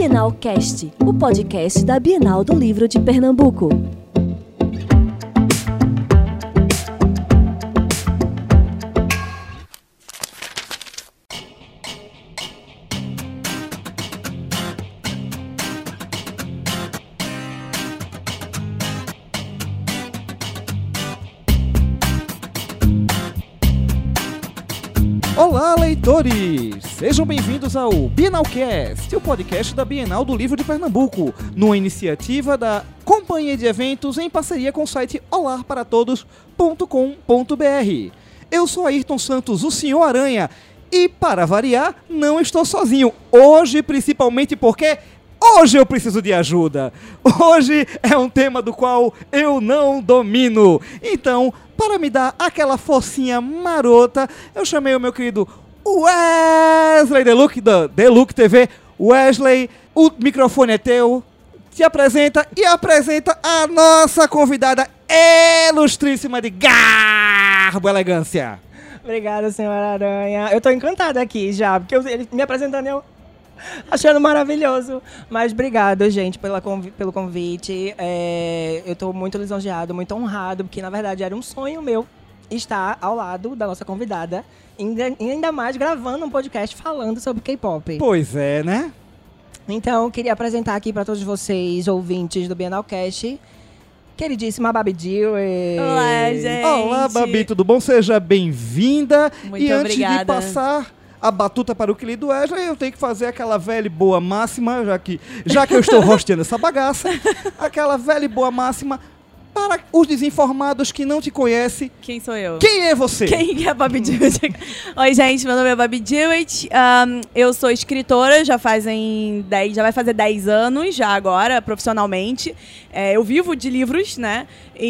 Bienalcast, o podcast da Bienal do Livro de Pernambuco. Olá, leitores! Sejam bem-vindos ao Bienalcast, o podcast da Bienal do Livro de Pernambuco, numa iniciativa da Companhia de Eventos em parceria com o site olarparatodos.com.br. Eu sou Ayrton Santos, o Senhor Aranha, e para variar, não estou sozinho. Hoje, principalmente porque hoje eu preciso de ajuda. Hoje é um tema do qual eu não domino. Então, para me dar aquela forcinha marota, eu chamei o meu querido Wesley Deluc, da Deluc TV. Wesley, o microfone é teu. Te apresenta e apresenta a nossa convidada ilustríssima de garbo e elegância. Obrigada, senhora Aranha. Eu tô encantada aqui já, porque ele me apresentando eu achando maravilhoso. Mas obrigado, gente, pelo convite. Eu tô muito lisonjeado, muito honrado, porque na verdade era um sonho meu estar ao lado da nossa convidada, ainda mais gravando um podcast falando sobre K-pop. Pois é, né? Então, queria apresentar aqui para todos vocês, ouvintes do Bienalcast, queridíssima Babi Jewett. Olá, gente. Olá, Babi, tudo bom? Seja bem-vinda. Muito e antes obrigada. de passar a batuta para o querido Wesley, eu tenho que fazer aquela velha e boa máxima, já que eu estou hosteando essa bagaça, aquela velha e boa máxima para os desinformados que não te conhecem. Quem sou eu? Quem é você? Quem é a Babi Jewett? Oi, gente, meu nome é Babi Jewett. Eu sou escritora, já vai fazer 10 anos, já agora, profissionalmente. Eu vivo de livros, né?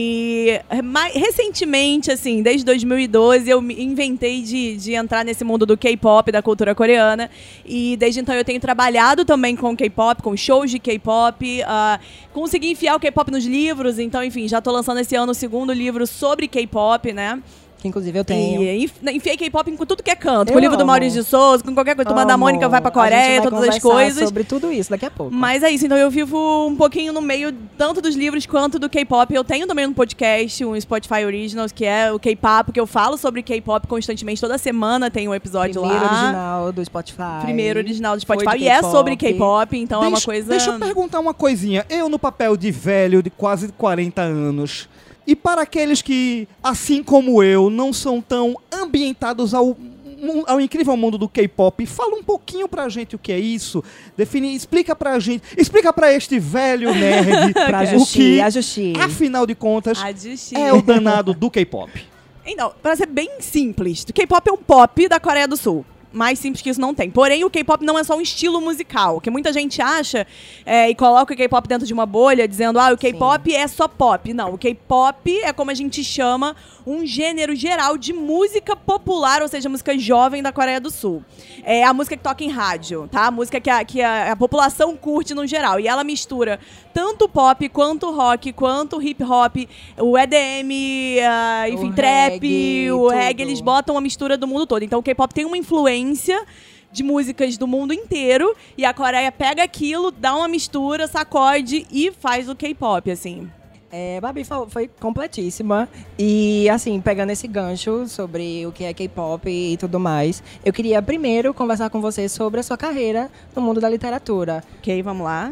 E recentemente, assim, desde 2012, eu me inventei de entrar nesse mundo do K-pop, da cultura coreana. E desde então eu tenho trabalhado também com K-pop, com shows de K-pop. Consegui enfiar o K-pop nos livros, então, enfim, já tô lançando esse ano o segundo livro sobre K-pop, né? Que inclusive eu tenho. E enfiei K-pop em tudo que é canto. Com Eu o livro do amo. Maurício de Souza, com qualquer coisa. Turma da Mônica vai pra Coreia, todas as coisas. Sobre tudo isso daqui a pouco. Mas é isso, então eu vivo um pouquinho no meio tanto dos livros quanto do K-pop. Eu tenho também um podcast, um Spotify Originals, que é o K-Pop, que eu falo sobre K-pop constantemente. Toda semana tem um episódio Primeiro lá. original do Spotify. Primeiro original do Foi Spotify. de E é K-pop. sobre K-pop, então é uma coisa... Deixa eu perguntar uma coisinha. Eu, no papel de velho, de quase 40 anos, e para aqueles que, assim como eu, não são tão ambientados ao incrível mundo do K-pop, fala um pouquinho pra gente o que é isso. Explica pra gente, explica pra este velho nerd o que, a Justi. afinal de contas, A Justi. é o danado do K-pop. Então, pra ser bem simples, o K-pop é um pop da Coreia do Sul. Mais simples que isso não tem. Porém, o K-pop não é só um estilo musical, que muita gente acha e coloca o K-pop dentro de uma bolha, dizendo, o K-pop é só pop. Não, o K-pop é como a gente chama um gênero geral de música popular, ou seja, música jovem da Coreia do Sul. É a música que toca em rádio, tá? A música que a população curte no geral. E ela mistura tanto pop, quanto rock, quanto hip-hop, o EDM, enfim, trap, o reggae, eles botam a mistura do mundo todo. Então o K-pop tem uma influência de músicas do mundo inteiro, e a Coreia pega aquilo, dá uma mistura, sacode e faz o K-pop, assim. Babi foi completíssima. E, assim, pegando esse gancho sobre o que é K-pop e tudo mais, eu queria primeiro conversar com você sobre a sua carreira no mundo da literatura. Ok, vamos lá.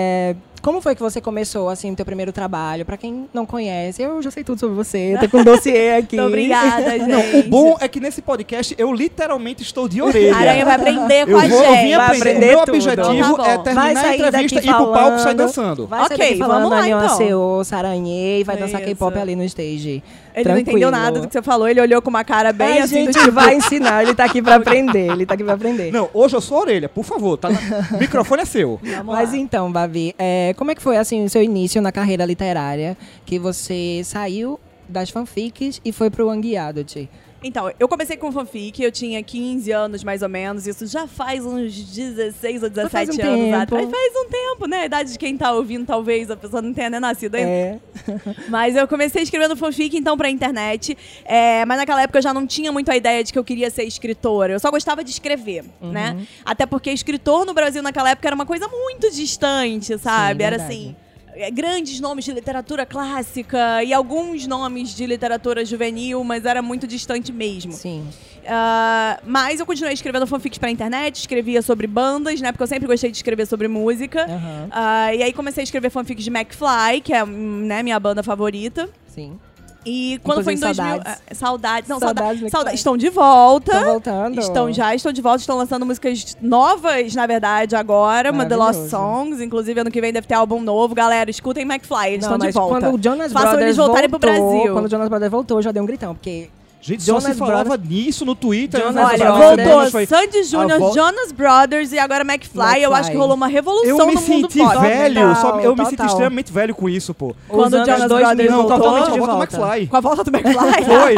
Como foi que você começou, assim, o teu primeiro trabalho? Pra quem não conhece, eu já sei tudo sobre você. Eu tô com um dossiê aqui. Muito obrigada, gente. Não, o bom é que nesse podcast eu literalmente estou de orelha. A Aranha vai aprender com a gente. Eu vim vai aprender. aprender Meu tudo. objetivo Então tá é bom. terminar a Vai sair entrevista e daqui ir pro palco e sair falando. dançando. Vai sair Ok, daqui falando vamos lá, Annyeonghaseyo, Saranhê, e vai dançar Isso. K-pop ali no stage. Ele Tranquilo. não entendeu nada do que você falou, ele olhou com uma cara bem A assim, do gente tipo... vai ensinar, ele tá aqui pra aprender, ele tá aqui pra aprender. Não, hoje eu sou a orelha, por favor, tá? O microfone é seu. Mas então, Babi, como é que foi assim o seu início na carreira literária, que você saiu das fanfics e foi pro Young Adult? Então, eu comecei com fanfic, eu tinha 15 anos mais ou menos, isso já faz uns 16 ou 17 anos atrás. Faz um tempo, né? A idade de quem tá ouvindo, talvez a pessoa não tenha nem nascido ainda. Mas eu comecei escrevendo fanfic, então, pra internet. Mas naquela época eu já não tinha muito a ideia de que eu queria ser escritora. Eu só gostava de escrever, né? Até porque escritor no Brasil naquela época era uma coisa muito distante, sabe? Sim, era verdade. assim... grandes nomes de literatura clássica e alguns nomes de literatura juvenil, mas era muito distante mesmo. Sim. Mas eu continuei escrevendo fanfics pra internet, escrevia sobre bandas, né? Porque eu sempre gostei de escrever sobre música. E aí comecei a escrever fanfics de McFly, que é, né, minha banda favorita. Sim. E quando foi em 2000... Saudades. Saudades. Estão de volta. Estão voltando. Estão de volta. Estão lançando músicas novas, na verdade, agora. Uma The Lost Songs. Inclusive, ano que vem deve ter álbum novo. Galera, escutem McFly. Eles estão de volta. Quando o Jonas Façam Brothers eles voltarem pro Brasil. Quando o Jonas Brothers voltou, eu já dei um gritão, porque... Gente, só se falava nisso no Twitter. Olha, voltou Sandy Júnior, Jonas Brothers e agora McFly. Eu acho que rolou uma revolução no mundo pop. Eu me senti extremamente velho com isso, pô. Quando o Jonas Brothers voltou, totalmente de volta do McFly. Com a volta do McFly? Foi.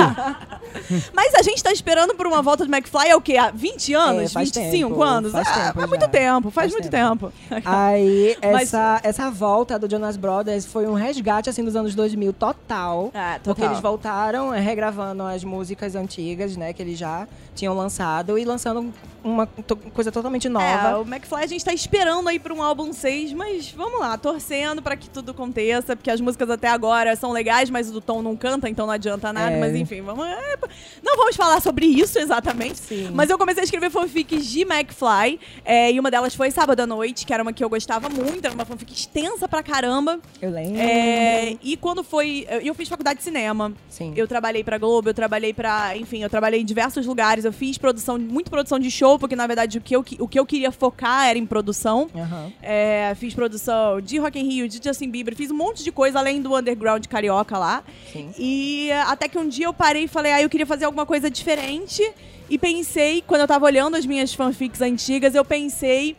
Mas a gente tá esperando por uma volta do McFly há o quê? Há 20 anos? Faz 25 tempo, anos? faz tempo Faz muito tempo, faz muito tempo. Aí, essa volta do Jonas Brothers foi um resgate, assim, dos anos 2000 total. Porque eles voltaram regravando as músicas antigas, né, que eles já tinham lançado e lançando uma coisa totalmente nova. O McFly a gente tá esperando aí pra um álbum 6, mas vamos lá, torcendo pra que tudo aconteça, porque as músicas até agora são legais, mas o do Tom não canta, então não adianta nada, mas enfim, não vamos falar sobre isso exatamente. Sim. Mas eu comecei a escrever fanfics de McFly, e uma delas foi Sábado à Noite, que era uma que eu gostava muito, era uma fanfic extensa pra caramba. Eu lembro. E quando foi... Eu fiz faculdade de cinema. Sim. Eu trabalhei pra Globo, eu trabalhei pra... Enfim, eu trabalhei em diversos lugares, eu fiz muita produção de show, porque na verdade o que eu queria focar era em produção. Fiz produção de Rock in Rio, de Justin Bieber, fiz um monte de coisa além do underground carioca lá. Sim. E até que um dia eu parei e falei, eu queria fazer alguma coisa diferente. E pensei, quando eu tava olhando as minhas fanfics antigas, eu pensei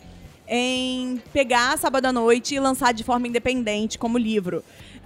em pegar Sábado à Noite e lançar de forma independente como livro.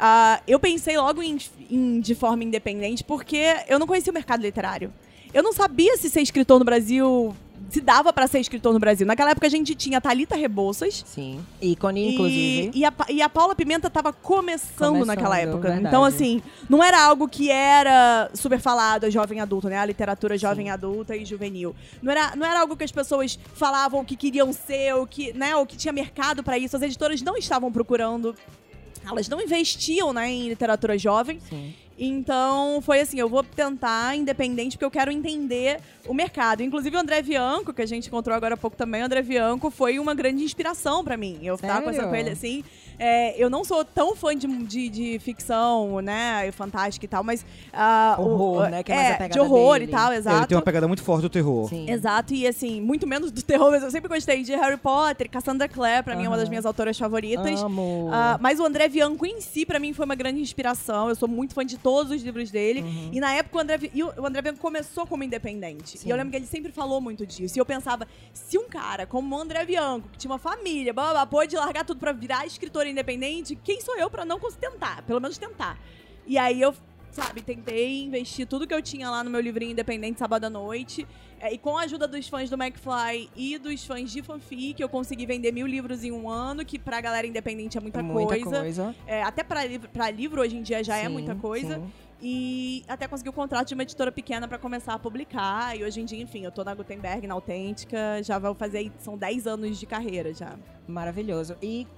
Eu pensei logo de forma independente porque eu não conhecia o mercado literário. Eu não sabia se ser escritor no Brasil... Se dava pra ser escritor no Brasil. Naquela época a gente tinha Thalita Rebouças. Sim. Ícone, inclusive. E a Paula Pimenta tava começando naquela época. Verdade. Então, assim, não era algo que era super falado, jovem adulto, né? A literatura jovem adulta e juvenil. Não era algo que as pessoas falavam que queriam ser, ou que tinha mercado pra isso. As editoras não estavam procurando. Elas não investiam, né, em literatura jovem. Sim. Então, foi assim, eu vou tentar independente porque eu quero entender o mercado. Inclusive, o André Bianco, que a gente encontrou agora há pouco também, o André Bianco foi uma grande inspiração pra mim. Eu tava conversando com ele, assim, eu não sou tão fã de ficção, né, fantástica e tal, mas... horror, né, que é mais a pegada de horror dele. E tal, exato. Ele tem uma pegada muito forte do terror. Sim. Exato, e assim, muito menos do terror, mas eu sempre gostei de Harry Potter, Cassandra Clare, pra mim é uma das minhas autoras favoritas. Amo. Mas o André Bianco em si, pra mim, foi uma grande inspiração. Eu sou muito fã de todos os livros dele. E na época o André Bianco começou como independente. Sim. E eu lembro que ele sempre falou muito disso. E eu pensava, se um cara como o André Bianco, que tinha uma família, pôde largar tudo pra virar escritor independente, quem sou eu pra não tentar? Pelo menos tentar. E aí eu, tentei investir tudo que eu tinha lá no meu livrinho independente, Sábado à Noite. E com a ajuda dos fãs do McFly e dos fãs de fanfic, eu consegui vender 1000 livros em um ano, que pra galera independente é muita coisa. Até pra livro hoje em dia já é muita coisa. Sim. E até consegui o contrato de uma editora pequena pra começar a publicar. E hoje em dia, enfim, eu tô na Gutenberg, na Autêntica. Já vou fazer, são 10 anos de carreira já. Maravilhoso. E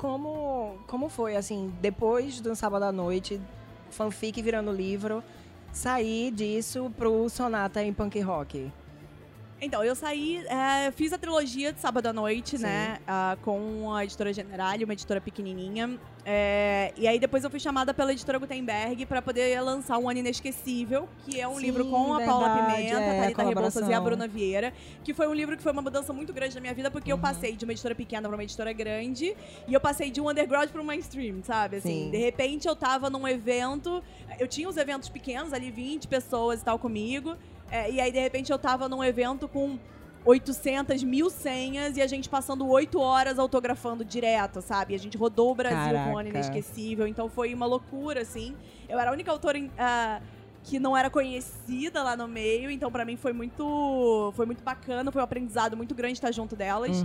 como foi, assim, depois do Sábado à Noite, fanfic virando livro, sair disso pro Sonata em Punk Rock? Então, eu saí, fiz a trilogia de Sábado à Noite, né, com a editora General, uma editora pequenininha. E aí depois eu fui chamada pela editora Gutenberg pra poder lançar Um Ano Inesquecível, que é um livro com a Paula Pimenta, a Thalita Rebouças e a Bruna Vieira, que foi um livro que foi uma mudança muito grande na minha vida, porque eu passei de uma editora pequena pra uma editora grande, e eu passei de um underground pra um mainstream, sabe? Assim, de repente eu tava num evento, eu tinha uns eventos pequenos ali, 20 pessoas e tal comigo, e aí de repente eu tava num evento com 800, 1000 senhas e a gente passando 8 horas autografando direto, sabe? A gente rodou o Brasil com Um Ano Inesquecível, então foi uma loucura, assim. Eu era a única autora que não era conhecida lá no meio, então pra mim foi muito bacana, foi um aprendizado muito grande estar junto delas.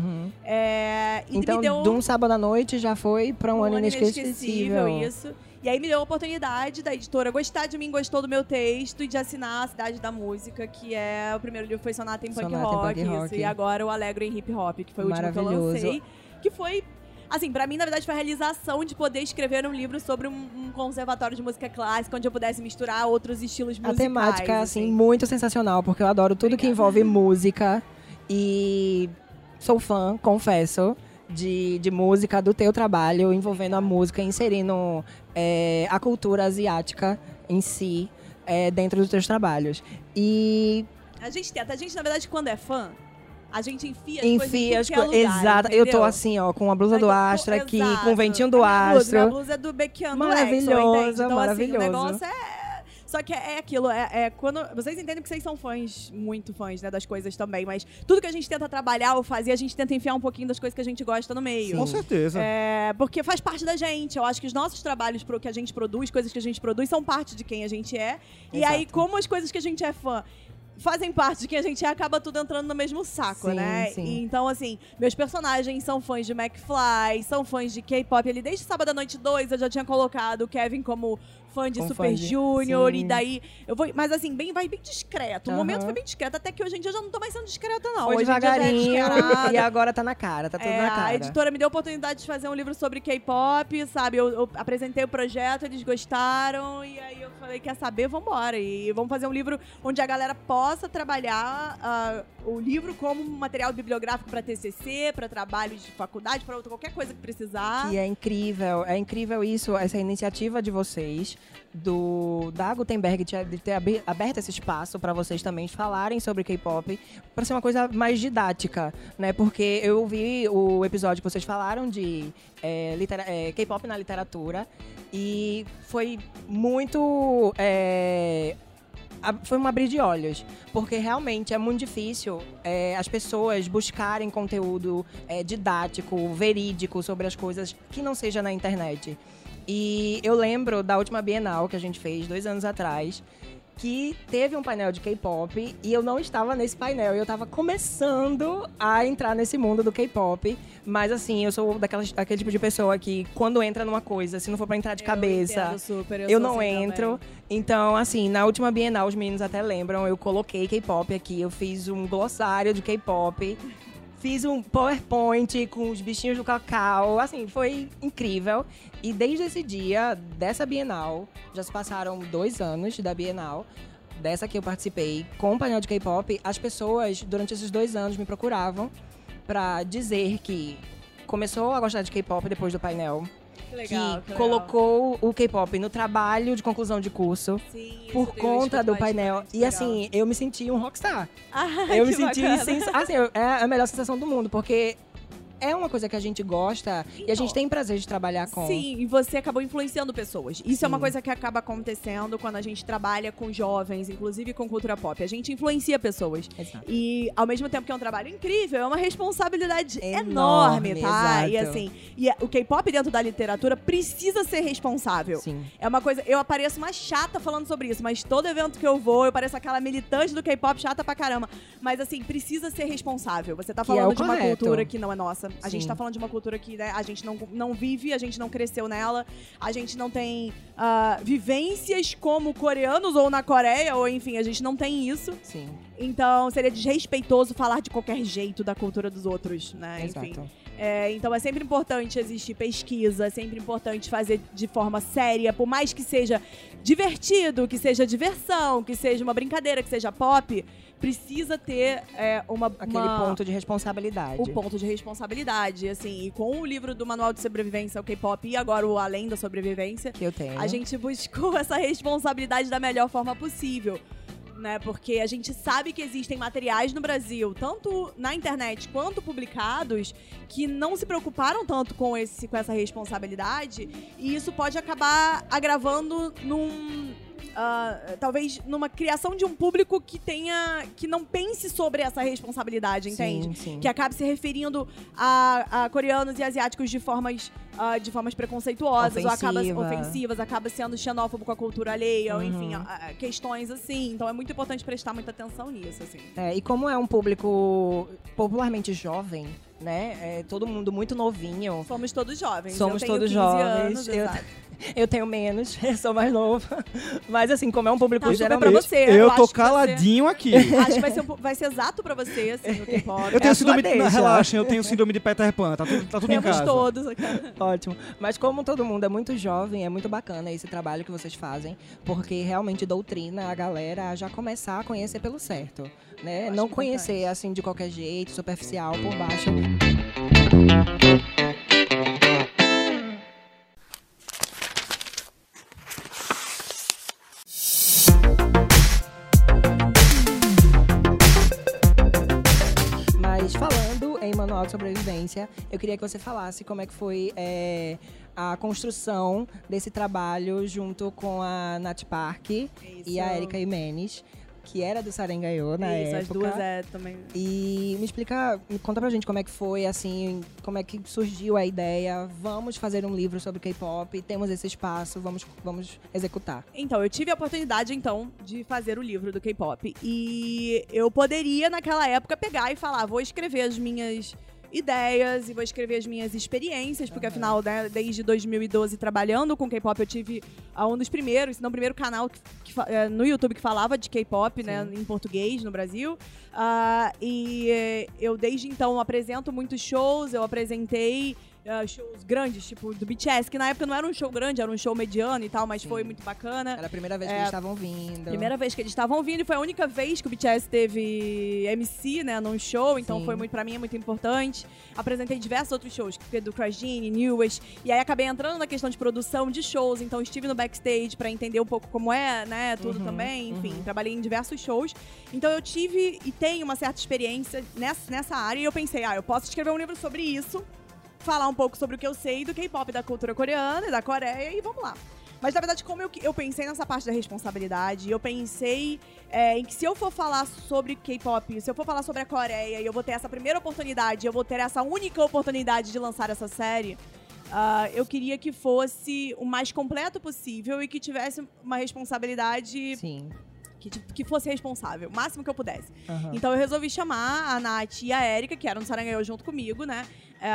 E Então, me deu de um sábado à noite já foi pra um ano inesquecível. Isso. E aí me deu a oportunidade da editora gostar de mim, gostou do meu texto e de assinar A Cidade da Música, que é o primeiro livro foi Sonata em Punk Rock, isso, e agora o Alegro em Hip Hop, que foi o último que eu lancei, que foi assim, pra mim, na verdade, foi a realização de poder escrever um livro sobre um conservatório de música clássica, onde eu pudesse misturar outros estilos musicais. A temática, assim, muito sensacional, porque eu adoro tudo que envolve música. E sou fã, confesso, de música, do teu trabalho, envolvendo a música, inserindo a cultura asiática em si, dentro dos teus trabalhos. E a gente, na verdade, quando é fã, a gente enfia as coisas em lugar, exato. entendeu? Eu tô assim, ó, com a blusa do Astra aqui, exato. com o ventinho do Astro. Minha blusa é do Bequiano Maravilhosa, então, maravilhoso. assim, o negócio só que é aquilo, quando... Vocês entendem que vocês são fãs, muito fãs, né, das coisas também, mas tudo que a gente tenta trabalhar ou fazer, a gente tenta enfiar um pouquinho das coisas que a gente gosta no meio. Com certeza. Porque faz parte da gente. Eu acho que os nossos trabalhos que a gente produz, coisas que a gente produz, são parte de quem a gente é. E Exato. aí, como as coisas que a gente é fã fazem parte de quem a gente é, acaba tudo entrando no mesmo saco, Sim, né? sim. E, então, assim, meus personagens são fãs de McFly, são fãs de K-pop. Ali, desde Sábado à Noite 2, eu já tinha colocado o Kevin como fã de Super Junior. sim. E daí, eu vou... Mas, assim, vai bem discreto. O momento foi bem discreto, até que hoje em dia eu já não tô mais sendo discreta, não. Foi Hoje em dia já é devagarinho, descarada. e agora tá na cara, tá tudo na cara. A editora me deu a oportunidade de fazer um livro sobre K-pop, sabe? Eu apresentei o projeto, eles gostaram, e aí eu falei, quer saber? Vambora. E vamos fazer um livro onde a galera possa trabalhar o livro como material bibliográfico para TCC, para trabalhos de faculdade, para qualquer coisa que precisar. E é incrível isso, essa iniciativa de vocês, da Gutenberg, de ter aberto esse espaço para vocês também falarem sobre K-pop, para ser uma coisa mais didática, né? Porque eu vi o episódio que vocês falaram de K-pop na literatura e foi muito... foi um abrir de olhos, porque realmente é muito difícil as pessoas buscarem conteúdo didático, verídico sobre as coisas que não seja na internet. E eu lembro da última Bienal que a gente fez 2 anos atrás, que teve um painel de K-pop e eu não estava nesse painel. Eu estava começando a entrar nesse mundo do K-pop, mas assim, eu sou daquele tipo de pessoa que quando entra numa coisa, se não for pra entrar de cabeça, eu não entro. Também. Então, assim, na última Bienal, os meninos até lembram, eu coloquei K-pop aqui, eu fiz um glossário de K-pop, fiz um PowerPoint com os bichinhos do cacau, assim, foi incrível. E desde esse dia, dessa Bienal, já se passaram 2 anos da Bienal, dessa que eu participei, com o painel de K-pop, as pessoas, durante esses 2 anos, me procuravam pra dizer que começou a gostar de K-pop depois do painel. Que colocou o K-pop no trabalho de conclusão de curso. Sim, por conta do painel. E assim, eu me senti um rockstar. Eu me senti assim, é a melhor sensação do mundo, porque é uma coisa que a gente gosta e a gente tem prazer de trabalhar com. Sim, e você acabou influenciando pessoas. Isso é uma coisa que acaba acontecendo quando a gente trabalha com jovens, inclusive com cultura pop. A gente influencia pessoas. Exato. E ao mesmo tempo que é um trabalho incrível, é uma responsabilidade enorme, tá? Exato. E assim, o K-pop dentro da literatura precisa ser responsável. Sim. É uma coisa, eu apareço uma chata falando sobre isso, mas todo evento que eu vou, eu pareço aquela militante do K-pop chata pra caramba. Mas assim, precisa ser responsável. Você tá falando de uma cultura que não é nossa. A gente tá falando de uma cultura que, né, a gente não vive, a gente não cresceu nela, a gente não tem vivências como coreanos ou na Coreia, ou enfim, a gente não tem isso. Sim. Então seria desrespeitoso falar de qualquer jeito da cultura dos outros, né? Exato. Enfim. Então é sempre importante existir pesquisa, é sempre importante fazer de forma séria, por mais que seja divertido, que seja diversão, que seja uma brincadeira, que seja pop, precisa ter aquele ponto de responsabilidade. O ponto de responsabilidade, assim, e com o livro do Manual de Sobrevivência ao K-pop e agora o Além da Sobrevivência, que eu tenho, a gente buscou essa responsabilidade da melhor forma possível. Né, porque a gente sabe que existem materiais no Brasil, tanto na internet quanto publicados, que não se preocuparam tanto com essa responsabilidade, e isso pode acabar agravando talvez numa criação de um público que não pense sobre essa responsabilidade, entende? Sim. Que acabe se referindo a coreanos e asiáticos de formas preconceituosas, ou acaba ofensivas, acaba sendo xenófobo com a cultura alheia, ou enfim, questões assim. Então é muito importante prestar muita atenção nisso, assim. E como é um público popularmente jovem, né? Todo mundo muito novinho. Somos todos jovens. Somos eu tenho todos 15 jovens. anos, exato. Eu tenho menos, eu sou mais nova. Mas assim, como é um público Tá super geralmente... pra você. Eu acho tô que caladinho aqui. Acho que vai ser exato pra você, assim, o K-pop. Eu tenho a síndrome sua de... deixa. Relaxem, eu tenho síndrome de Peter Pan. Tá tudo em Temos casa. todos aqui. Ótimo. Mas como todo mundo é muito jovem, é muito bacana esse trabalho que vocês fazem, porque realmente doutrina a galera a já começar a conhecer pelo certo, né? Não conhecer assim de qualquer jeito, superficial, por baixo. Mas falando em Manual de Sobrevivência, eu queria que você falasse como é que foi a construção desse trabalho junto com a Nath Park e a Erika Jimenez, que era do Sarengaiô na época. As duas também. E conta pra gente como é que foi, assim, como é que surgiu a ideia, vamos fazer um livro sobre K-pop, temos esse espaço, vamos executar. Então, eu tive a oportunidade, de fazer o livro do K-pop. E eu poderia, naquela época, pegar e falar, vou escrever as minhas ideias e vou escrever as minhas experiências, porque afinal, né, desde 2012 trabalhando com K-pop, eu tive um dos primeiros, se não o primeiro canal no YouTube que falava de K-pop, né, em português no Brasil. E eu desde então apresento muitos shows, eu apresentei shows grandes, tipo do BTS, que na época não era um show grande, era um show mediano e tal, mas foi muito bacana. Era a primeira vez que eles estavam vindo. Primeira vez que eles estavam vindo, e foi a única vez que o BTS teve MC, né, num show, então foi muito, pra mim, é muito importante. Apresentei diversos outros shows, do Crash Genie, Newest, e aí acabei entrando na questão de produção de shows, então estive no backstage pra entender um pouco como é, né, tudo também, enfim, trabalhei em diversos shows. Então eu tive e tenho uma certa experiência nessa área, e eu pensei, eu posso escrever um livro sobre isso, falar um pouco sobre o que eu sei do K-pop, da cultura coreana e da Coreia, e vamos lá. Mas, na verdade, como eu pensei nessa parte da responsabilidade, eu pensei em que se eu for falar sobre K-pop, se eu for falar sobre a Coreia, e eu vou ter essa primeira oportunidade, eu vou ter essa única oportunidade de lançar essa série, eu queria que fosse o mais completo possível e que tivesse uma responsabilidade... Sim. Que fosse responsável, o máximo que eu pudesse. Então eu resolvi chamar a Nath e a Erika, que eram do Sarengaiô junto comigo, né?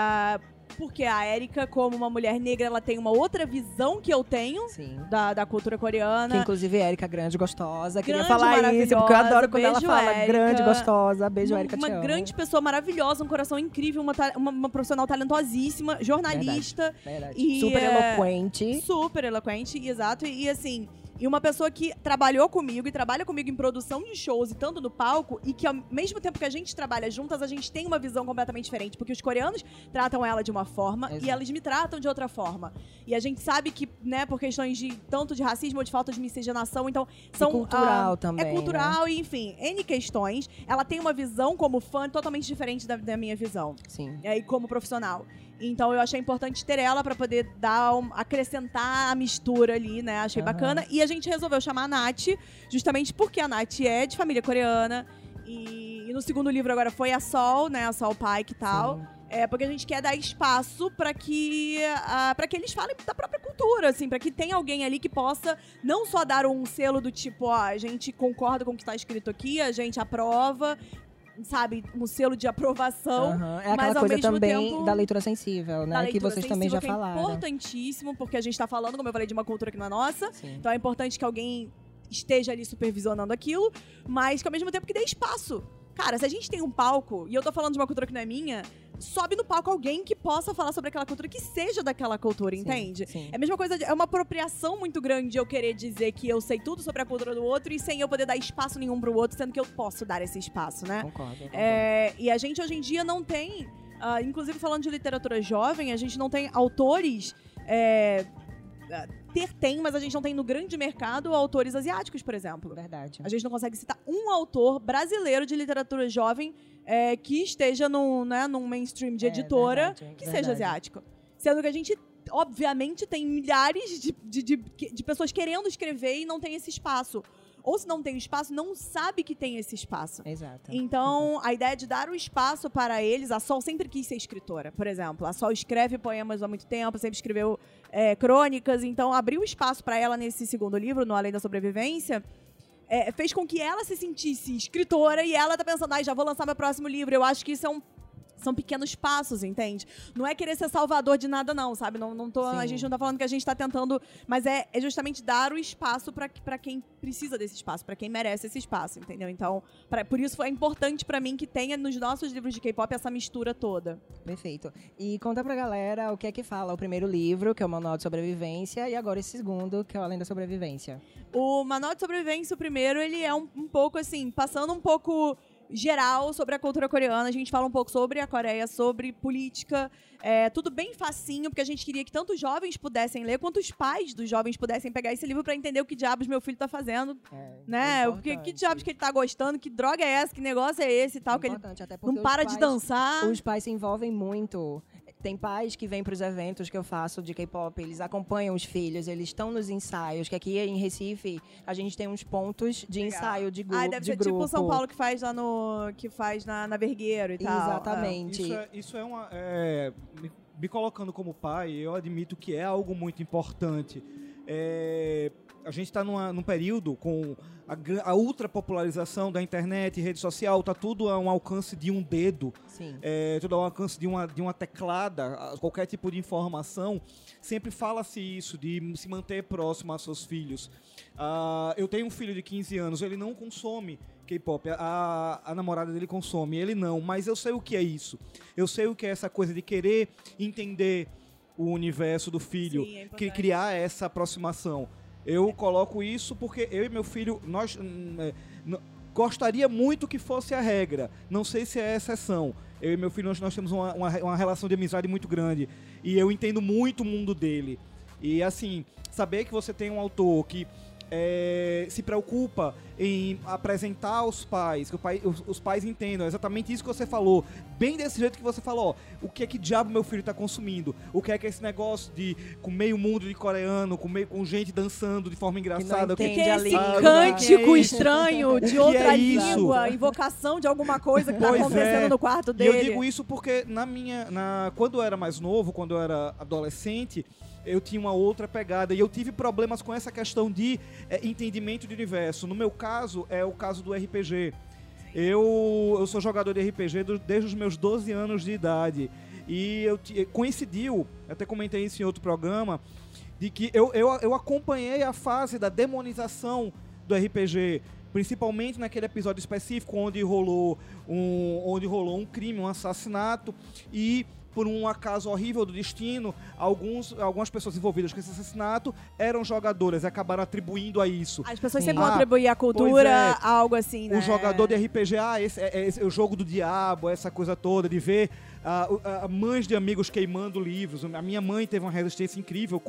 Porque a Erika, como uma mulher negra, ela tem uma outra visão que eu tenho da cultura coreana. Que, inclusive, Erika, grande, gostosa. Queria grande, falar isso, porque eu adoro quando ela fala Érica. grande, gostosa. Beijo, Erika, te amo. Uma grande pessoa maravilhosa, um coração incrível, uma profissional talentosíssima, jornalista. Verdade. E, super eloquente. Super eloquente, exato. E assim... E uma pessoa que trabalhou comigo e trabalha comigo em produção de shows e tanto no palco, e que ao mesmo tempo que a gente trabalha juntas, a gente tem uma visão completamente diferente, porque os coreanos tratam ela de uma forma e elas me tratam de outra forma. E a gente sabe que, né, por questões de tanto de racismo ou de falta de miscigenação, então são... E cultural também, é cultural, né? E enfim, N questões. Ela tem uma visão como fã totalmente diferente da minha visão. Sim. E como profissional. Então eu achei importante ter ela pra poder acrescentar a mistura ali, né? Achei bacana. E a gente resolveu chamar a Nath, justamente porque a Nath é de família coreana. E no segundo livro agora foi a Sol, né? A Sol Pike e tal. Porque a gente quer dar espaço pra que eles falem da própria cultura, assim, pra que tenha alguém ali que possa não só dar um selo do tipo, a gente concorda com o que tá escrito aqui, a gente aprova, sabe, um selo de aprovação. É aquela mas ao coisa mesmo também tempo, da leitura sensível, né? Que vocês também já falaram. É importantíssimo, porque a gente tá falando, como eu falei, de uma cultura que não é nossa. Então é importante que alguém esteja ali supervisionando aquilo, mas que ao mesmo tempo que dê espaço. Cara, se a gente tem um palco, e eu tô falando de uma cultura que não é minha, sobe no palco alguém que possa falar sobre aquela cultura, que seja daquela cultura, entende? Sim. É a mesma coisa, é uma apropriação muito grande eu querer dizer que eu sei tudo sobre a cultura do outro e sem eu poder dar espaço nenhum pro outro, sendo que eu posso dar esse espaço, né? Concordo. E a gente hoje em dia não tem, inclusive falando de literatura jovem, a gente não tem autores... Tem, mas a gente não tem no grande mercado autores asiáticos, por exemplo. Verdade. A gente não consegue citar um autor brasileiro de literatura jovem que esteja num mainstream de editora que seja asiático. Sendo que a gente obviamente, tem milhares de pessoas querendo escrever e não tem esse espaço. Ou se não tem o espaço, não sabe que tem esse espaço. Exato. Então, a ideia de dar o espaço para eles... A Sol sempre quis ser escritora, por exemplo. A Sol escreve poemas há muito tempo, sempre escreveu crônicas. Então, abrir o espaço para ela nesse segundo livro, no Além da Sobrevivência... fez com que ela se sentisse escritora e ela tá pensando, já vou lançar meu próximo livro. Eu acho que isso são pequenos passos, entende? Não é querer ser salvador de nada, não, sabe? A gente não tá falando que a gente tá tentando, mas é justamente dar o espaço pra quem precisa desse espaço, pra quem merece esse espaço, entendeu? Então, por isso é importante pra mim que tenha nos nossos livros de K-pop essa mistura toda. Perfeito. E conta pra galera o que é que fala o primeiro livro, que é o Manual de Sobrevivência, e agora esse segundo, que é o Além da Sobrevivência. O Manual de Sobrevivência, o primeiro, ele é um pouco assim, passando um pouco geral sobre a cultura coreana. A gente fala um pouco sobre a Coreia, sobre política, tudo bem facinho, porque a gente queria que tanto os jovens pudessem ler, quanto os pais dos jovens pudessem pegar esse livro pra entender o que diabos meu filho tá fazendo, né? Que diabos que ele tá gostando, que droga é essa, que negócio é esse e tal, que ele não para de dançar. Os pais se envolvem muito. Tem pais que vêm para os eventos que eu faço de K-pop, eles acompanham os filhos, eles estão nos ensaios, que aqui em Recife a gente tem uns pontos de ensaio de grupo. Deve ser tipo o São Paulo que faz lá na Vergueiro e tal. Exatamente. Isso é uma... me colocando como pai, eu admito que é algo muito importante. A gente está num período com a ultrapopularização da internet, rede social, está tudo a um alcance de um dedo. Sim. Tudo ao alcance de uma teclada, qualquer tipo de informação. Sempre fala-se isso, de se manter próximo aos seus filhos. Eu tenho um filho de 15 anos, ele não consome K-pop, a namorada dele consome, ele não, mas eu sei o que é isso. Eu sei o que é essa coisa de querer entender o universo do filho, criar essa aproximação. Eu coloco isso porque eu e meu filho, nós gostaria muito que fosse a regra. Não sei se é a exceção. Eu e meu filho, nós temos uma relação de amizade muito grande. E eu entendo muito o mundo dele. E assim, saber que você tem um autor que se preocupa em apresentar aos pais, que os pais entendam exatamente isso que você falou, bem desse jeito que você falou, o que é que diabo meu filho está consumindo, o que é esse negócio de com meio mundo de coreano, com gente dançando de forma engraçada, o que é esse cântico estranho de outra língua, invocação de alguma coisa que está acontecendo no quarto dele. E eu digo isso porque quando eu era mais novo, quando eu era adolescente, eu tinha uma outra pegada e eu tive problemas com essa questão de entendimento de universo. No meu caso, é o caso do RPG. Eu sou jogador de RPG desde os meus 12 anos de idade. E coincidiu, até comentei isso em outro programa, de que eu acompanhei a fase da demonização do RPG, principalmente naquele episódio específico onde rolou um crime, um assassinato, e por um acaso horrível do destino, algumas pessoas envolvidas com esse assassinato eram jogadoras e acabaram atribuindo a isso. As pessoas sempre vão atribuir a cultura a algo assim, né? O jogador de RPG, esse é o jogo do diabo, essa coisa toda, de ver mães de amigos queimando livros. A minha mãe teve uma resistência incrível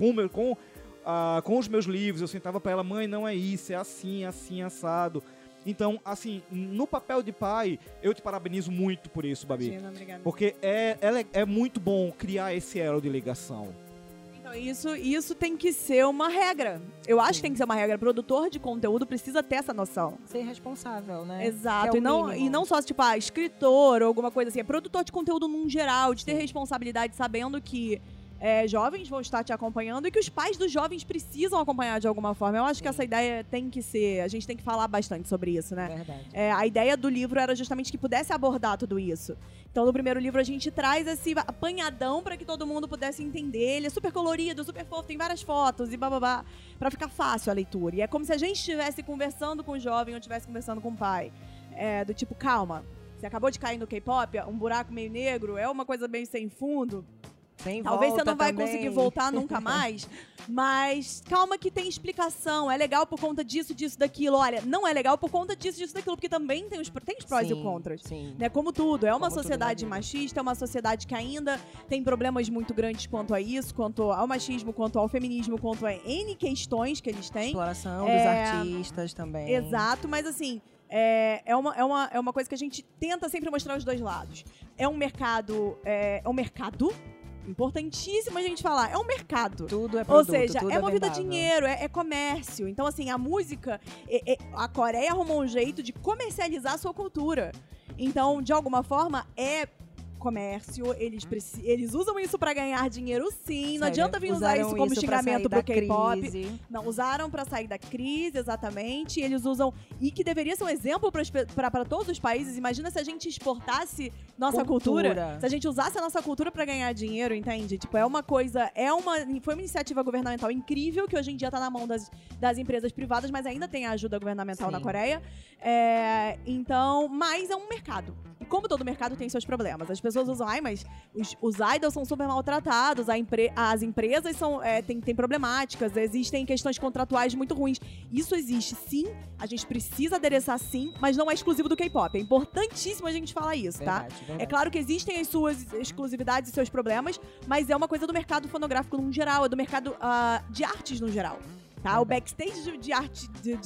com os meus livros. Eu sentava pra ela, mãe, não é isso, é assim, assim, assado. Então, assim, no papel de pai, eu te parabenizo muito por isso, Babi. Imagina, obrigada. Porque é muito bom criar esse elo de ligação. Então, isso tem que ser uma regra. Eu acho que tem que ser uma regra. O produtor de conteúdo precisa ter essa noção. Ser responsável, né? Exato. E não só, tipo, escritor ou alguma coisa assim. É produtor de conteúdo num geral, de ter responsabilidade, sabendo que jovens vão estar te acompanhando e que os pais dos jovens precisam acompanhar de alguma forma. Eu acho que essa ideia tem que ser... A gente tem que falar bastante sobre isso, né? Verdade. A ideia do livro era justamente que pudesse abordar tudo isso. Então, no primeiro livro, a gente traz esse apanhadão para que todo mundo pudesse entender. Ele é super colorido, super fofo, tem várias fotos e bababá, para ficar fácil a leitura. E é como se a gente estivesse conversando com o jovem ou estivesse conversando com o pai. Do tipo, calma, você acabou de cair no K-pop, um buraco meio negro, é uma coisa meio sem fundo... Talvez você não vai conseguir voltar nunca mais, mas calma que tem explicação. É legal por conta disso, daquilo. Olha, não é legal por conta disso, daquilo, porque também tem os prós e contras. Sim. Né? Como tudo. É uma sociedade machista, é uma sociedade que ainda tem problemas muito grandes quanto a isso, quanto ao machismo, quanto ao feminismo, quanto a N questões que eles têm. Exploração dos artistas também. Exato, mas assim... É uma coisa que a gente tenta sempre mostrar os dois lados. É um mercado... importantíssimo a gente falar, é um mercado. Tudo é Ou produto, seja, tudo é movido a vendável. dinheiro, é comércio. Então, assim, a música, a Coreia arrumou um jeito de comercializar a sua cultura. Então, de alguma forma, é comércio, eles usam isso pra ganhar dinheiro, sim. Não Sério, adianta vir usar usaram isso como pra xingamento sair pro da K-pop. crise. Não, usaram pra sair da crise, exatamente. Eles usam, e que deveria ser um exemplo pra todos os países. Imagina se a gente exportasse nossa cultura. Se a gente usasse a nossa cultura pra ganhar dinheiro, entende? Tipo, foi uma iniciativa governamental incrível que hoje em dia tá na mão das empresas privadas, mas ainda tem a ajuda governamental Sim. na Coreia. Então, mas é um mercado. E como todo mercado tem seus problemas. As pessoas usam, mas os idols são super maltratados, as empresas têm problemáticas, existem questões contratuais muito ruins. Isso existe, sim, a gente precisa adereçar, sim, mas não é exclusivo do K-pop. É importantíssimo a gente falar isso, tá? Verdade. É claro que existem as suas exclusividades e seus problemas, mas é uma coisa do mercado fonográfico no geral, é do mercado de artes no geral, tá? O backstage de arte,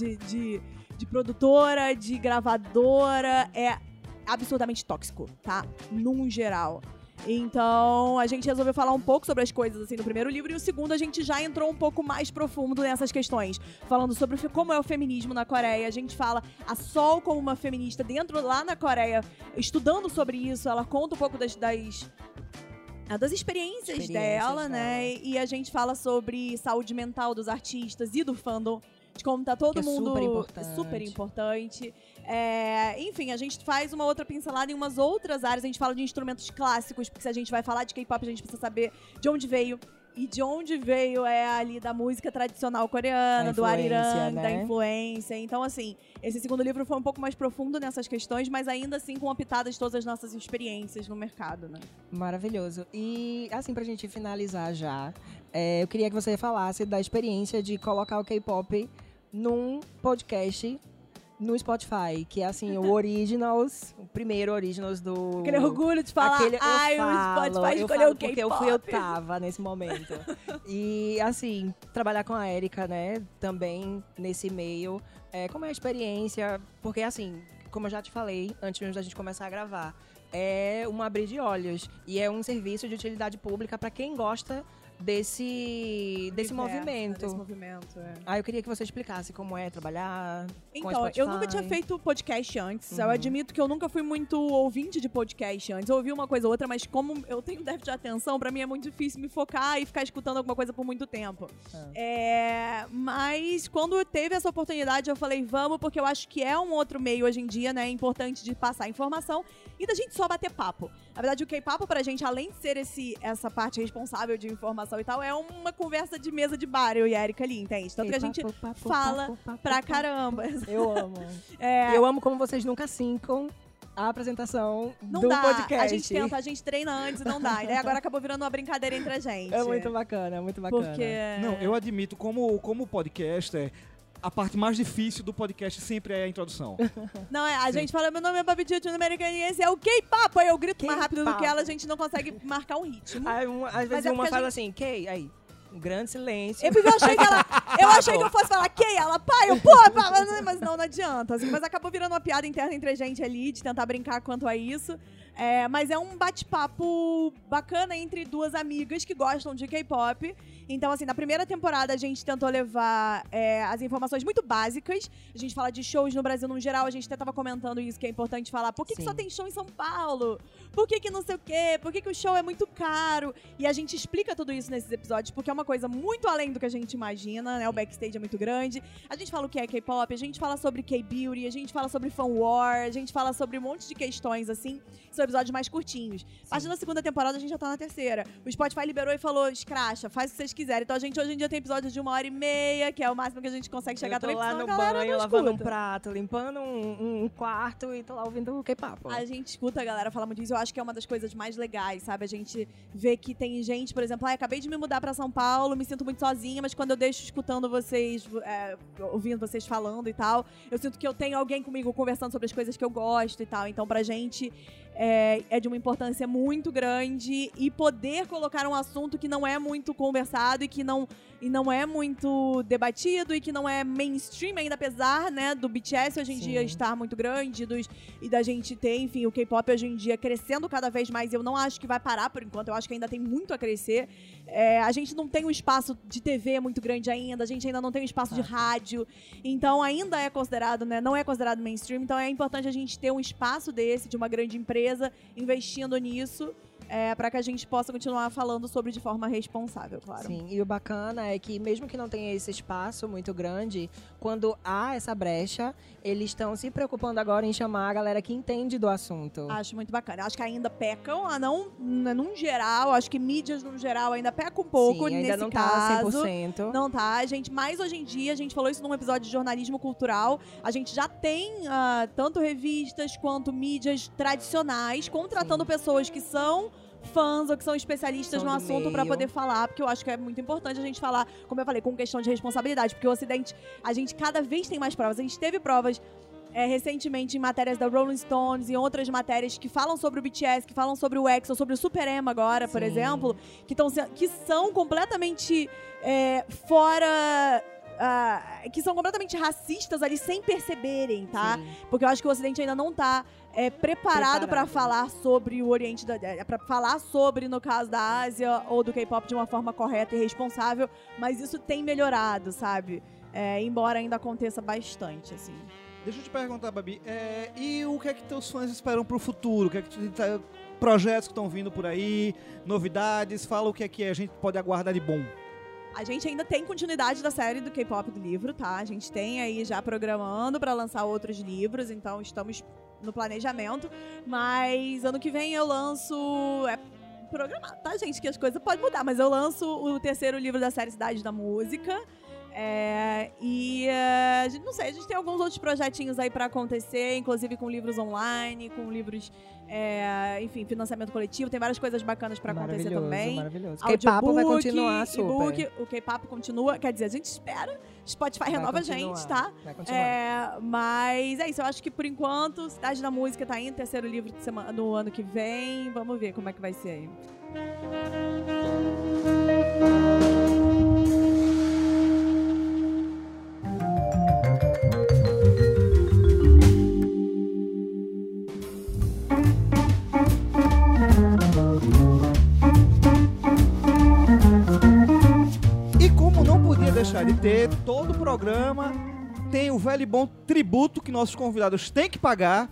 de produtora, de gravadora, é absurdamente tóxico, tá? Num geral. Então, a gente resolveu falar um pouco sobre as coisas, assim, no primeiro livro. E o segundo, a gente já entrou um pouco mais profundo nessas questões. Falando sobre como é o feminismo na Coreia. A gente fala a Sol como uma feminista lá na Coreia, estudando sobre isso. Ela conta um pouco das experiências dela, né? E a gente fala sobre saúde mental dos artistas e do fandom. De como tá todo mundo super importante. Enfim, a gente faz uma outra pincelada em umas outras áreas. A gente fala de instrumentos clássicos, porque se a gente vai falar de K-pop, a gente precisa saber de onde veio. E de onde veio ali da música tradicional coreana, do arirang, né? da influência. Então, assim, esse segundo livro foi um pouco mais profundo nessas questões, mas ainda assim com uma pitada de todas as nossas experiências no mercado, né? Maravilhoso. E, assim, pra gente finalizar já, eu queria que você falasse da experiência de colocar o K-pop num podcast no Spotify, que é assim, o primeiro Originals do... Aquele orgulho de falar, o Spotify escolheu o K-pop. Porque eu tava nesse momento. E, assim, trabalhar com a Erika, né, também nesse meio, como é a experiência? Porque, assim, como eu já te falei, antes da gente começar a gravar, é um abrir de olhos e é um serviço de utilidade pública para quem gosta desse movimento. Desse movimento, Aí eu queria que você explicasse como é trabalhar com a Então, Spotify. eu nunca tinha feito podcast antes. Eu admito que eu nunca fui muito ouvinte de podcast antes. Eu ouvi uma coisa ou outra, mas como eu tenho déficit de atenção, pra mim é muito difícil me focar e ficar escutando alguma coisa por muito tempo. Mas quando teve essa oportunidade, eu falei, vamos, porque eu acho que é um outro meio hoje em dia, né, importante de passar informação e da gente só bater papo. Na verdade, o K-Papo pra gente, além de ser essa parte responsável de informação e tal, é uma conversa de mesa de bar, eu e a Erika ali, entende? Tanto que a gente fala pra caramba. Eu amo. Eu amo como vocês nunca sincam a apresentação do podcast. A gente tenta, a gente treina antes e não dá. E daí agora acabou virando uma brincadeira entre a gente. É muito bacana, muito bacana. Porque... Não, eu admito, como podcaster, a parte mais difícil do podcast sempre é a introdução. Não, a gente fala, meu nome é Babi Tio Americana e esse é o K-Papo. Aí eu grito mais rápido do que ela, a gente não consegue marcar um ritmo. Às vezes uma fala assim, K, aí... Um grande silêncio. Eu achei que eu fosse falar K, ela, pai, mas não adianta. Assim, mas acabou virando uma piada interna entre a gente ali, de tentar brincar quanto a isso. Mas é um bate-papo bacana entre duas amigas que gostam de K-pop. Então, assim, na primeira temporada a gente tentou levar as informações muito básicas. A gente fala de shows no Brasil no geral. A gente até tava comentando isso, que é importante falar. Por que só tem show em São Paulo? Por que não sei o quê? Por que o show é muito caro? E a gente explica tudo isso nesses episódios, porque é uma coisa muito além do que a gente imagina, né? O backstage é muito grande. A gente fala o que é K-pop, a gente fala sobre K-beauty, a gente fala sobre fan war, a gente fala sobre um monte de questões, assim. São episódios mais curtinhos. A partir da segunda temporada, a gente já tá na terceira. O Spotify liberou e falou, escracha, faz o que vocês quiserem. Então a gente hoje em dia tem episódios de 1h30, que é o máximo que a gente consegue chegar também. Eu tô lá no banho, lavando um prato, limpando um quarto e tô lá ouvindo o K-pop. A gente escuta a galera falar muito disso. Eu acho que é uma das coisas mais legais, sabe? A gente vê que tem gente, por exemplo, acabei de me mudar pra São Paulo, me sinto muito sozinha, mas quando eu deixo escutando vocês, ouvindo vocês falando e tal, eu sinto que eu tenho alguém comigo conversando sobre as coisas que eu gosto e tal. Então, pra gente, é de uma importância muito grande, e poder colocar um assunto que não é muito conversado e que não é muito debatido e que não é mainstream ainda, apesar, né, do BTS hoje em dia estar muito grande e da gente ter, enfim, o K-pop hoje em dia crescendo cada vez mais. Eu não acho que vai parar por enquanto, eu acho que ainda tem muito a crescer. A gente não tem um espaço de TV muito grande ainda, a gente ainda não tem um espaço de rádio, então ainda é considerado, né, não é considerado mainstream, então é importante a gente ter um espaço desse, de uma grande empresa, investindo nisso, para que a gente possa continuar falando sobre de forma responsável, claro. Sim, e o bacana é que mesmo que não tenha esse espaço muito grande, quando há essa brecha, eles estão se preocupando agora em chamar a galera que entende do assunto. Acho muito bacana. Acho que ainda pecam, num geral, acho que mídias no geral ainda pecam um pouco. Sim, ainda nesse não caso. Tá 100%. Não tá, gente. Mas hoje em dia, a gente falou isso num episódio de jornalismo cultural, a gente já tem tanto revistas quanto mídias tradicionais contratando pessoas que são fãs ou que são especialistas no assunto para poder falar, porque eu acho que é muito importante a gente falar, como eu falei, com questão de responsabilidade, porque o Ocidente, a gente cada vez tem mais provas. A gente teve provas recentemente em matérias da Rolling Stones e outras matérias que falam sobre o BTS, que falam sobre o EXO, sobre o Super Emo agora, por exemplo, que são completamente fora... que são completamente racistas ali sem perceberem, tá? Sim. Porque eu acho que o Ocidente ainda não tá preparado para falar sobre o Oriente, para falar sobre, no caso da Ásia ou do K-pop, de uma forma correta e responsável, mas isso tem melhorado, sabe? Embora ainda aconteça bastante, assim. Deixa eu te perguntar, Babi, e o que é que teus fãs esperam pro futuro? O que é que projetos que estão vindo por aí, novidades? Fala o que é que a gente pode aguardar de bom. A gente ainda tem continuidade da série do K-pop do livro, tá? A gente tem aí já programando pra lançar outros livros, então estamos no planejamento. Mas ano que vem eu lanço... programado, tá, gente? Que as coisas podem mudar, mas eu lanço o 3º livro da série Cidade da Música. Não sei, a gente tem alguns outros projetinhos aí pra acontecer, inclusive com livros online, com livros, enfim, financiamento coletivo, tem várias coisas bacanas pra acontecer também. Maravilhoso. O K-pop vai continuar super. O K-pop continua, quer dizer, a gente espera, Spotify renova a gente, tá? Vai continuar. Mas é isso, eu acho que por enquanto, Cidade da Música tá indo, 3º livro no ano que vem, vamos ver como é que vai ser aí. Deixar de ter, todo programa tem o velho e bom tributo que nossos convidados têm que pagar.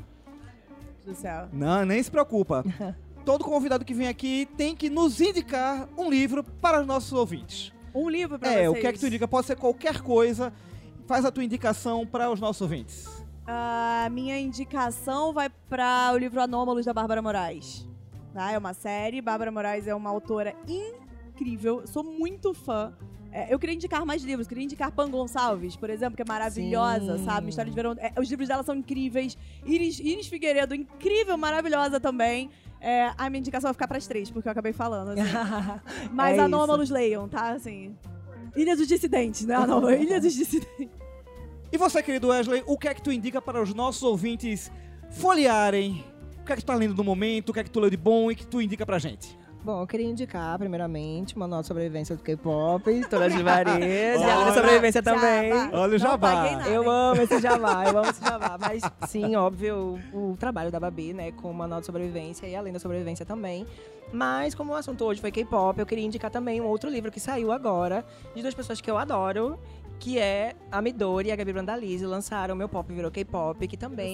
Do céu. Não, nem se preocupa. Todo convidado que vem aqui tem que nos indicar um livro para os nossos ouvintes. Um livro para vocês? O que é que tu indica? Pode ser qualquer coisa. Faz a tua indicação para os nossos ouvintes. A minha indicação vai para o livro Anômalos, da Bárbara Moraes. Tá? É uma série. Bárbara Moraes é uma autora incrível. Sou muito fã. Eu queria indicar mais livros, queria indicar Pan Gonçalves, por exemplo, que é maravilhosa, sabe? História de Verão. Os livros dela são incríveis. Iris Figueiredo, incrível, maravilhosa também. A minha indicação vai ficar pras 3, porque eu acabei falando, assim. Mas Anômalos leiam, tá? Assim. Ilha dos Dissidentes, né? Ilha dos Dissidentes. E você, querido Wesley, o que é que tu indica para os nossos ouvintes folhearem? O que é que tu tá lendo no momento? O que é que tu leu de bom e que tu indica pra gente? Bom, eu queria indicar, primeiramente, uma nova sobrevivência do K-pop, todas de Varias, e além da sobrevivência também. Olha o jabá. Eu amo esse jabá, Mas, sim, óbvio, o trabalho da Babi, né, com uma nova sobrevivência e além da sobrevivência também. Mas, como o assunto hoje foi K-pop, eu queria indicar também um outro livro que saiu agora, de 2 pessoas que eu adoro, que é a Midori e a Gabi Brandalize, lançaram Meu Pop Virou K-pop, que também...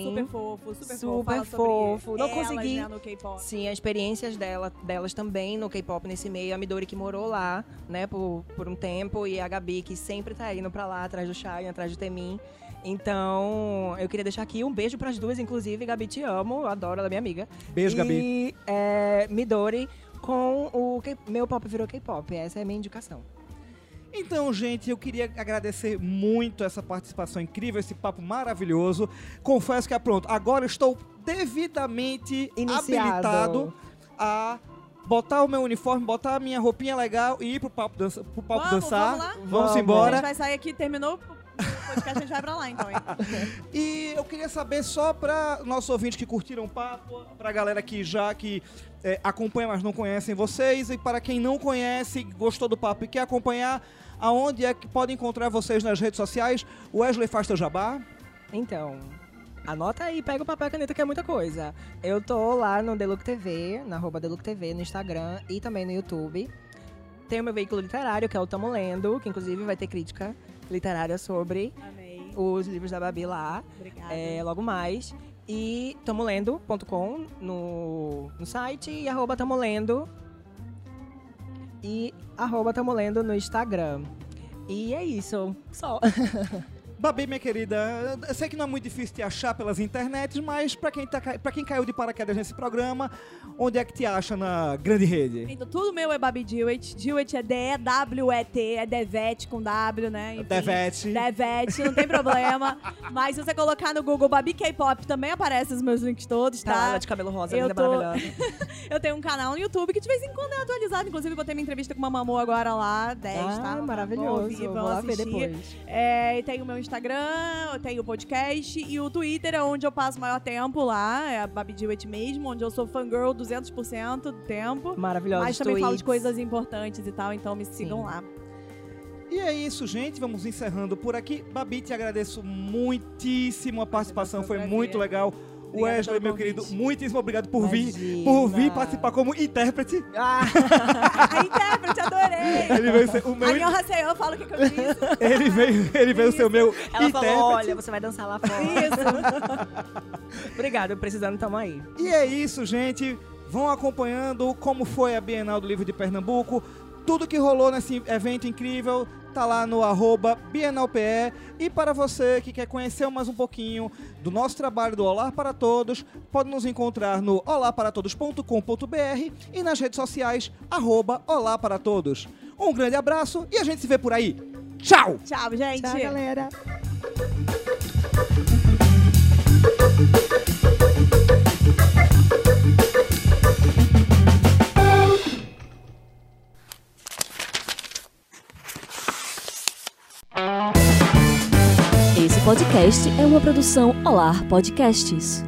Super fofo. Não consegui... Né, no K-pop. Sim, as experiências delas também no K-pop, nesse meio. A Midori que morou lá, né, por um tempo, e a Gabi que sempre tá indo pra lá, atrás do Shine, atrás do Temin. Então, eu queria deixar aqui um beijo pras duas, inclusive. Gabi, te amo, eu adoro, ela é minha amiga. Beijo, Gabi. E Midori com o Meu Pop Virou K-pop, essa é a minha indicação. Então, gente, eu queria agradecer muito essa participação incrível, esse papo maravilhoso. Confesso que agora estou devidamente habilitado a botar o meu uniforme, botar a minha roupinha legal e ir pro palco dançar. Vamos embora. A gente vai sair aqui, terminou podcast a gente vai pra lá, então, hein? E eu queria saber só para nossos ouvintes que curtiram o papo, pra galera que acompanha, mas não conhecem vocês, e para quem não conhece, gostou do papo e quer acompanhar, aonde é que pode encontrar vocês nas redes sociais? Wesley, faz teu jabá. Então, anota aí, pega o papel e a caneta que é muita coisa. Eu tô lá no Deluc TV, na @DelucTV, no Instagram e também no YouTube. Tem o meu veículo literário, que é o Tamo Lendo, que inclusive vai ter crítica literária sobre Amei. os livros da Babi lá, Obrigada. logo mais. E tamolendo.com no site e @tamolendo e @tamolendo no Instagram. E é isso, só. Babi, minha querida, eu sei que não é muito difícil te achar pelas internets, mas pra quem caiu de paraquedas nesse programa, onde é que te acha na grande rede? Então, tudo meu é Babi Dewitt. Dewitt é D-E-W-E-T, é Devete com W, né? Enfim, Devete. Devete, não tem problema. Mas se você colocar no Google Babi K-pop, também aparecem os meus links todos, Tá, tá? ela de cabelo rosa, Eu linda, tô- maravilhosa. Eu tenho um canal no YouTube que de vez em quando é atualizado. Inclusive, botei minha entrevista com uma Mamô agora lá, 10, tá? Uma maravilhoso. Mamô, Vou vão lá ver assistir. depois. E tem o meu Instagram, eu tenho o podcast e o Twitter, é onde eu passo o maior tempo lá. É a Babi Dewitt mesmo, onde eu sou fangirl 200% do tempo. Maravilhosa. Mas também falo de coisas importantes e tal, então me sigam Sim. lá. E é isso, gente. Vamos encerrando por aqui. Babi, te agradeço muitíssimo a participação, foi prazer. muito legal. Obrigada Wesley, pelo meu convite. querido, muitíssimo obrigado por Imagina. vir participar como intérprete. Ah, A intérprete, adorei! Ele veio ser o meu. A minha Haseyo fala o que eu fiz. Ele veio ser o meu ela intérprete. falou, olha, você vai dançar lá fora. Isso. Obrigada, precisando, tamo aí. E é isso, gente. Vão acompanhando como foi a Bienal do Livro de Pernambuco. Tudo que rolou nesse evento incrível tá lá no @BienalPE. E para você que quer conhecer mais um pouquinho do nosso trabalho do Olá para Todos, pode nos encontrar no olaparatodos.com.br e nas redes sociais @Olá para Todos. Um grande abraço e a gente se vê por aí. Tchau! Tchau, gente. Tchau, galera. Esse podcast é uma produção Olar Podcasts.